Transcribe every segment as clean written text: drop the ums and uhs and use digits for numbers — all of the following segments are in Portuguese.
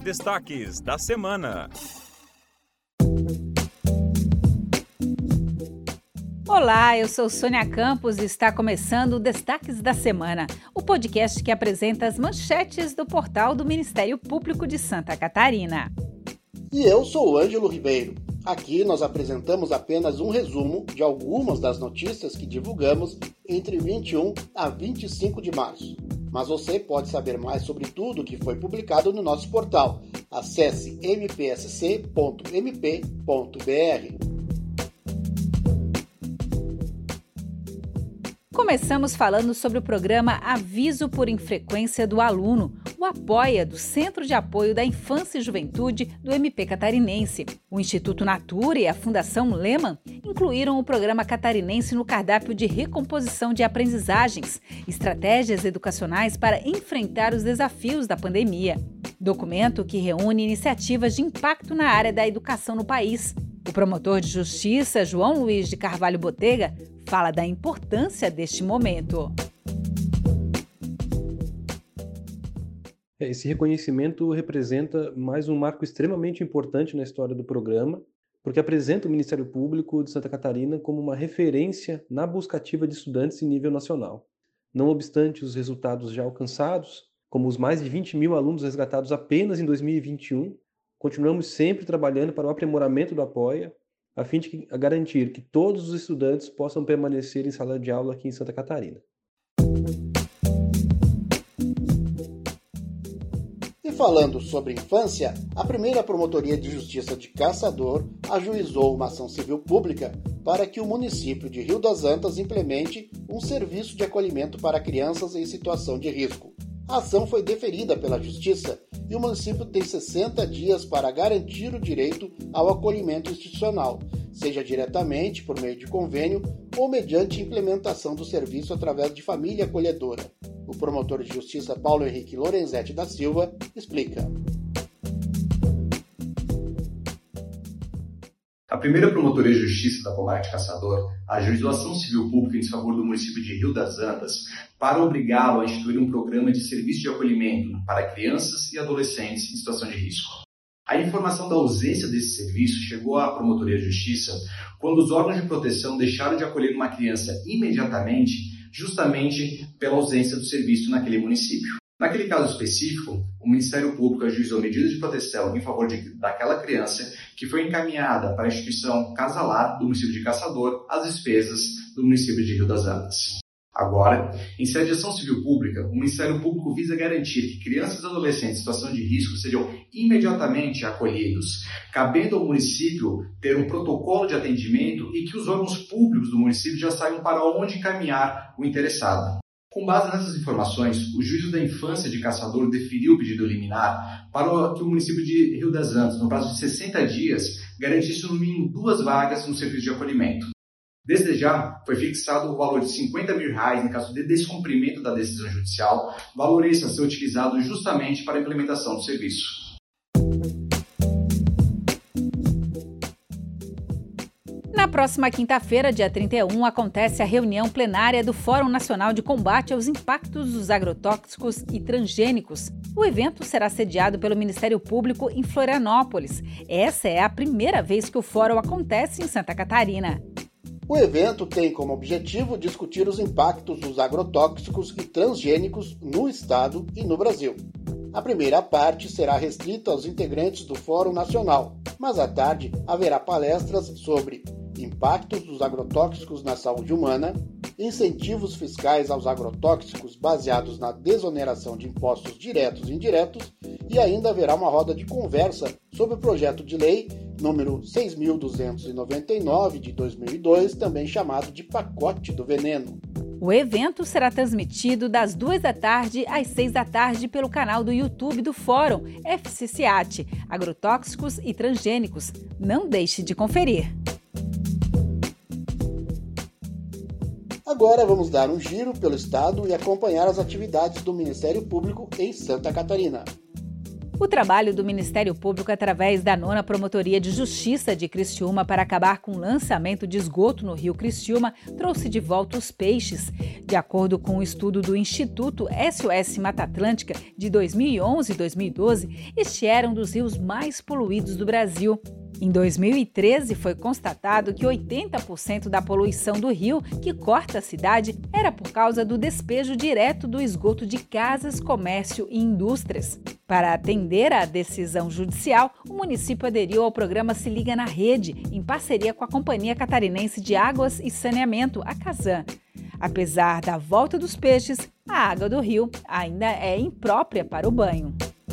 Destaques da Semana. Olá, eu sou Sônia Campos e está começando o Destaques da Semana, o podcast que apresenta as manchetes do portal do Ministério Público de Santa Catarina. E eu sou o Ângelo Ribeiro. Aqui nós apresentamos apenas um resumo de algumas das notícias que divulgamos entre 21 a 25 de março. Mas você pode saber mais sobre tudo que foi publicado no nosso portal. Acesse mpsc.mp.br. Começamos falando sobre o programa Aviso por Infrequência do Aluno, o Apoia, do Centro de Apoio da Infância e Juventude do MP Catarinense. O Instituto Natura e a Fundação Lehman incluíram o programa catarinense no cardápio de recomposição de aprendizagens, estratégias educacionais para enfrentar os desafios da pandemia. Documento que reúne iniciativas de impacto na área da educação no país. O promotor de justiça, João Luiz de Carvalho Botega, fala da importância deste momento. Esse reconhecimento representa mais um marco extremamente importante na história do programa, porque apresenta o Ministério Público de Santa Catarina como uma referência na busca ativa de estudantes em nível nacional. Não obstante os resultados já alcançados, como os mais de 20 mil alunos resgatados apenas em 2021, continuamos sempre trabalhando para o aprimoramento do Apoia, a fim de garantir que todos os estudantes possam permanecer em sala de aula aqui em Santa Catarina. E falando sobre infância, a primeira Promotoria de Justiça de Caçador ajuizou uma ação civil pública para que o município de Rio das Antas implemente um serviço de acolhimento para crianças em situação de risco. A ação foi deferida pela Justiça e o município tem 60 dias para garantir o direito ao acolhimento institucional, seja diretamente por meio de convênio ou mediante implementação do serviço através de família acolhedora. O promotor de justiça Paulo Henrique Lorenzetti da Silva explica. A primeira Promotoria de Justiça da Comarca de Caçador ajuizou ação civil pública em desfavor do município de Rio das Antas para obrigá-lo a instituir um programa de serviço de acolhimento para crianças e adolescentes em situação de risco. A informação da ausência desse serviço chegou à Promotoria de Justiça quando os órgãos de proteção deixaram de acolher uma criança imediatamente, justamente pela ausência do serviço naquele município. Naquele caso específico, o Ministério Público ajuizou medidas de proteção em favor daquela criança que foi encaminhada para a instituição Casa Lar do município de Caçador às despesas do município de Rio das Antas. Agora, em sede de ação civil pública, o Ministério Público visa garantir que crianças e adolescentes em situação de risco sejam imediatamente acolhidos, cabendo ao município ter um protocolo de atendimento e que os órgãos públicos do município já saibam para onde encaminhar o interessado. Com base nessas informações, o Juízo da Infância de Caçador deferiu o pedido liminar para que o município de Rio das Antas, no prazo de 60 dias, garantisse no mínimo 2 vagas no serviço de acolhimento. Desde já, foi fixado o valor de R$50 mil em caso de descumprimento da decisão judicial, valor esse a ser utilizado justamente para a implementação do serviço. Na próxima quinta-feira, dia 31, acontece a reunião plenária do Fórum Nacional de Combate aos Impactos dos Agrotóxicos e Transgênicos. O evento será sediado pelo Ministério Público em Florianópolis. Essa é a primeira vez que o fórum acontece em Santa Catarina. O evento tem como objetivo discutir os impactos dos agrotóxicos e transgênicos no Estado e no Brasil. A primeira parte será restrita aos integrantes do Fórum Nacional, mas à tarde haverá palestras sobre impactos dos agrotóxicos na saúde humana, incentivos fiscais aos agrotóxicos baseados na desoneração de impostos diretos e indiretos e ainda haverá uma roda de conversa sobre o projeto de lei número 6.299 de 2002, também chamado de Pacote do Veneno. O evento será transmitido das 2 da tarde às 6 da tarde pelo canal do YouTube do Fórum FCCIAT, Agrotóxicos e Transgênicos. Não deixe de conferir. Agora vamos dar um giro pelo estado e acompanhar as atividades do Ministério Público em Santa Catarina. O trabalho do Ministério Público através da 9ª Promotoria de Justiça de Criciúma para acabar com o lançamento de esgoto no Rio Criciúma trouxe de volta os peixes. De acordo com o estudo do Instituto SOS Mata Atlântica de 2011 e 2012, este era um dos rios mais poluídos do Brasil. Em 2013, foi constatado que 80% da poluição do rio, que corta a cidade, era por causa do despejo direto do esgoto de casas, comércio e indústrias. Para atender à decisão judicial, o município aderiu ao programa Se Liga na Rede, em parceria com a Companhia Catarinense de Águas e Saneamento, a Casan. Apesar da volta dos peixes, a água do rio ainda é imprópria para o banho.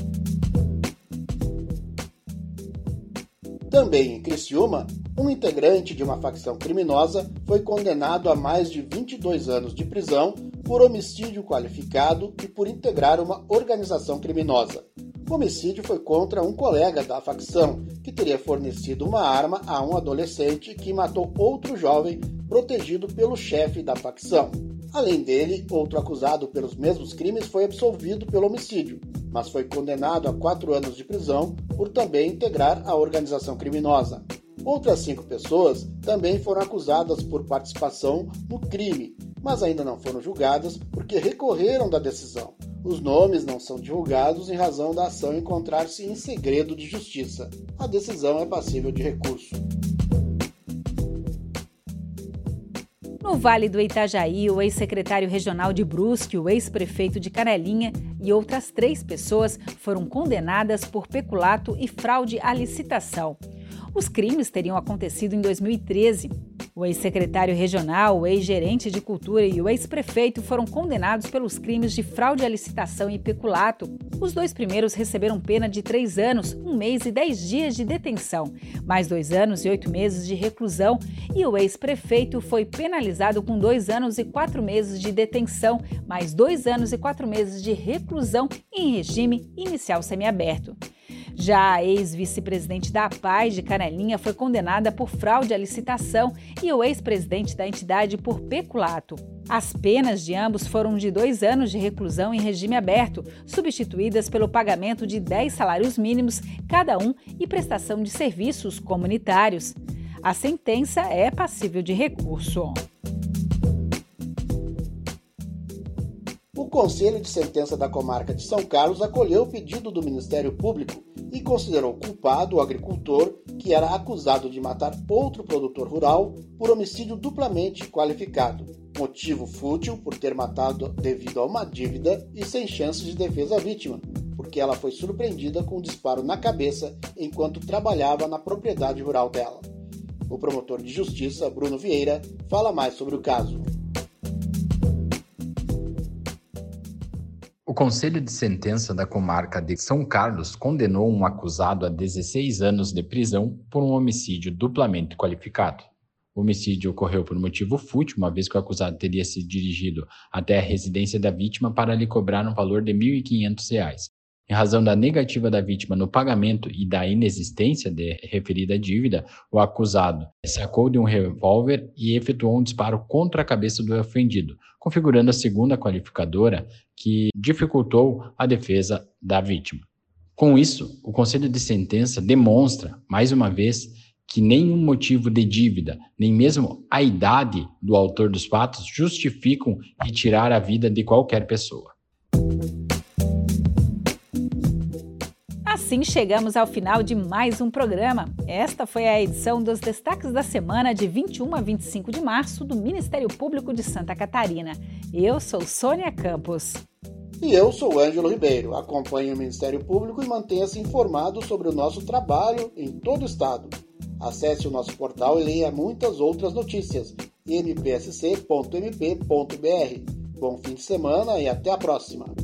Também em Criciúma, um integrante de uma facção criminosa foi condenado a mais de 22 anos de prisão por homicídio qualificado e por integrar uma organização criminosa. O homicídio foi contra um colega da facção, que teria fornecido uma arma a um adolescente que matou outro jovem protegido pelo chefe da facção. Além dele, outro acusado pelos mesmos crimes foi absolvido pelo homicídio, mas foi condenado a 4 anos de prisão por também integrar a organização criminosa. Outras 5 pessoas também foram acusadas por participação no crime, mas ainda não foram julgadas porque recorreram da decisão. Os nomes não são divulgados em razão da ação encontrar-se em segredo de justiça. A decisão é passível de recurso. No Vale do Itajaí, o ex-secretário regional de Brusque, o ex-prefeito de Canelinha e outras 3 pessoas foram condenadas por peculato e fraude à licitação. Os crimes teriam acontecido em 2013. O ex-secretário regional, o ex-gerente de cultura e o ex-prefeito foram condenados pelos crimes de fraude à licitação e peculato. Os 2 primeiros receberam pena de 3 anos, 1 mês e 10 dias de detenção, mais 2 anos e 8 meses de reclusão, e o ex-prefeito foi penalizado com 2 anos e 4 meses de detenção, mais 2 anos e 4 meses de reclusão em regime inicial semiaberto. Já a ex-vice-presidente da APAES de Canelinha foi condenada por fraude à licitação e o ex-presidente da entidade por peculato. As penas de ambos foram de 2 anos de reclusão em regime aberto, substituídas pelo pagamento de 10 salários mínimos cada um e prestação de serviços comunitários. A sentença é passível de recurso. O Conselho de Sentença da Comarca de São Carlos acolheu o pedido do Ministério Público e considerou culpado o agricultor que era acusado de matar outro produtor rural por homicídio duplamente qualificado. Motivo fútil por ter matado devido a uma dívida e sem chance de defesa à vítima, porque ela foi surpreendida com um disparo na cabeça enquanto trabalhava na propriedade rural dela. O promotor de justiça, Bruno Vieira, fala mais sobre o caso. O Conselho de Sentença da Comarca de São Carlos condenou um acusado a 16 anos de prisão por um homicídio duplamente qualificado. O homicídio ocorreu por motivo fútil, uma vez que o acusado teria se dirigido até a residência da vítima para lhe cobrar um valor de R$ 1.500. Em razão da negativa da vítima no pagamento e da inexistência de referida dívida, o acusado sacou de um revólver e efetuou um disparo contra a cabeça do ofendido, configurando a segunda qualificadora que dificultou a defesa da vítima. Com isso, o Conselho de Sentença demonstra, mais uma vez, que nenhum motivo de dívida, nem mesmo a idade do autor dos fatos, justificam retirar a vida de qualquer pessoa. Assim chegamos ao final de mais um programa. Esta foi a edição dos Destaques da Semana de 21 a 25 de março do Ministério Público de Santa Catarina. Eu sou Sônia Campos. E eu sou Ângelo Ribeiro. Acompanhe o Ministério Público e mantenha-se informado sobre o nosso trabalho em todo o estado. Acesse o nosso portal e leia muitas outras notícias. mpsc.mp.br. Bom fim de semana e até a próxima.